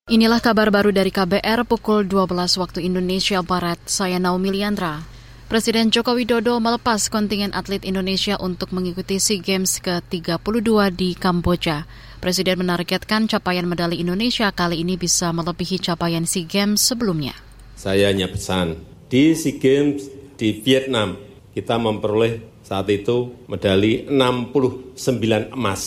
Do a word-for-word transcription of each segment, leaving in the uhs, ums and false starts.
Inilah kabar baru dari K B R pukul dua belas waktu Indonesia Barat. Saya Naomi Liandra. Presiden Joko Widodo melepas kontingen atlet Indonesia untuk mengikuti SEA Games ke tiga puluh dua di Kamboja. Presiden menargetkan capaian medali Indonesia kali ini bisa melebihi capaian SEA Games sebelumnya. Saya hanya pesan, di SEA Games di Vietnam kita memperoleh saat itu medali enam puluh sembilan emas.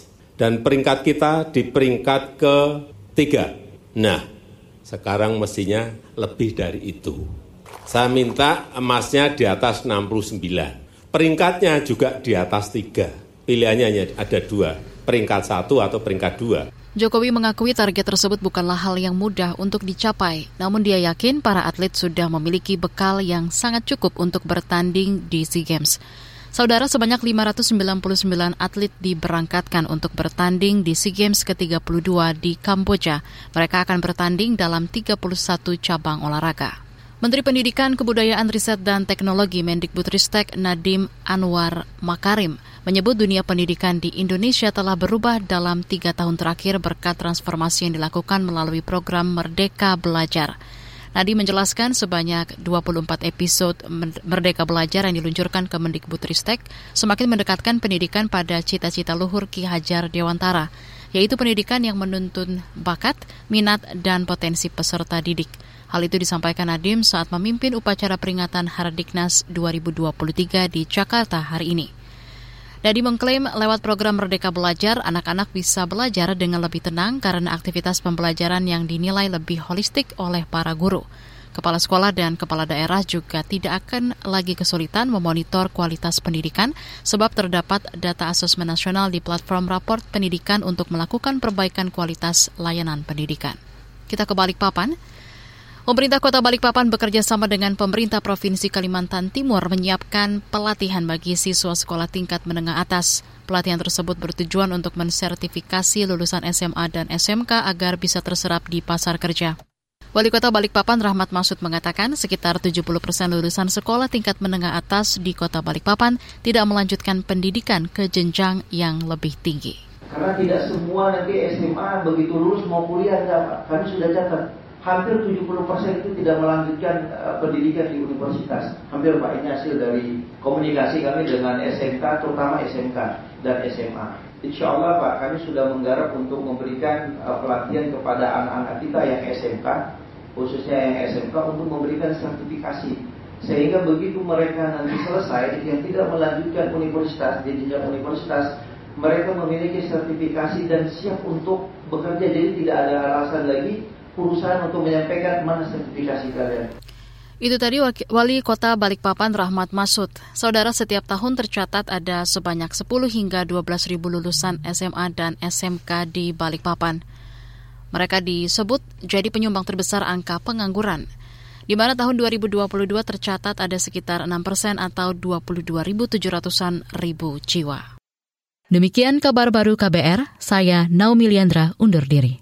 Dan peringkat kita di peringkat ketiga. Nah, sekarang mestinya lebih dari itu. Saya minta emasnya di atas enam puluh sembilan. Peringkatnya juga di atas tiga. Pilihannya hanya ada dua, peringkat satu atau peringkat dua. Jokowi mengakui target tersebut bukanlah hal yang mudah untuk dicapai. Namun dia yakin para atlet sudah memiliki bekal yang sangat cukup untuk bertanding di SEA Games. Saudara, sebanyak lima ratus sembilan puluh sembilan atlet diberangkatkan untuk bertanding di SEA Games ke tiga puluh dua di Kamboja. Mereka akan bertanding dalam tiga puluh satu cabang olahraga. Menteri Pendidikan, Kebudayaan, Riset, dan Teknologi Mendikbudristek Nadiem Anwar Makarim menyebut dunia pendidikan di Indonesia telah berubah dalam tiga tahun terakhir berkat transformasi yang dilakukan melalui program Merdeka Belajar. Nadiem menjelaskan sebanyak dua puluh empat episode Merdeka Belajar yang diluncurkan ke Mendikbudristek semakin mendekatkan pendidikan pada cita-cita luhur Ki Hajar Dewantara, yaitu pendidikan yang menuntun bakat, minat, dan potensi peserta didik. Hal itu disampaikan Nadiem saat memimpin upacara peringatan Hardiknas dua ribu dua puluh tiga di Jakarta hari ini. Nadiem mengklaim lewat program Merdeka Belajar, anak-anak bisa belajar dengan lebih tenang karena aktivitas pembelajaran yang dinilai lebih holistik oleh para guru. Kepala sekolah dan kepala daerah juga tidak akan lagi kesulitan memonitor kualitas pendidikan sebab terdapat data asesmen nasional di platform raport pendidikan untuk melakukan perbaikan kualitas layanan pendidikan. Kita ke Balikpapan. Pemerintah Kota Balikpapan bekerja sama dengan pemerintah Provinsi Kalimantan Timur menyiapkan pelatihan bagi siswa sekolah tingkat menengah atas. Pelatihan tersebut bertujuan untuk mensertifikasi lulusan S M A dan S M K agar bisa terserap di pasar kerja. Wali Kota Balikpapan Rahmat Masud mengatakan sekitar tujuh puluh persen lulusan sekolah tingkat menengah atas di Kota Balikpapan tidak melanjutkan pendidikan ke jenjang yang lebih tinggi. Karena tidak semua nanti S M A begitu lulus mau kuliah, enggak, kami sudah catat. Hampir tujuh puluh persen itu tidak melanjutkan uh, pendidikan di universitas. Hampir Pak, ini hasil dari komunikasi kami dengan S M K, terutama S M K dan S M A. Insya Allah Pak, kami sudah menggarap untuk memberikan uh, pelatihan kepada anak-anak kita yang S M K, khususnya yang S M K untuk memberikan sertifikasi. Sehingga begitu mereka nanti selesai, yang tidak melanjutkan universitas, di jenjang universitas, mereka memiliki sertifikasi dan siap untuk bekerja. Jadi tidak ada alasan lagi perusahaan untuk menyampaikan mana sertifikasi kalian. Itu tadi Wali Kota Balikpapan Rahmat Masud. Saudara, setiap tahun tercatat ada sebanyak sepuluh hingga dua belas ribu lulusan S M A dan S M K di Balikpapan. Mereka disebut jadi penyumbang terbesar angka pengangguran, di mana tahun dua ribu dua puluh dua tercatat ada sekitar enam persen atau dua puluh dua ribu tujuh ratusan ribu jiwa. Demikian kabar baru K B R, saya Naomi Liandra undur diri.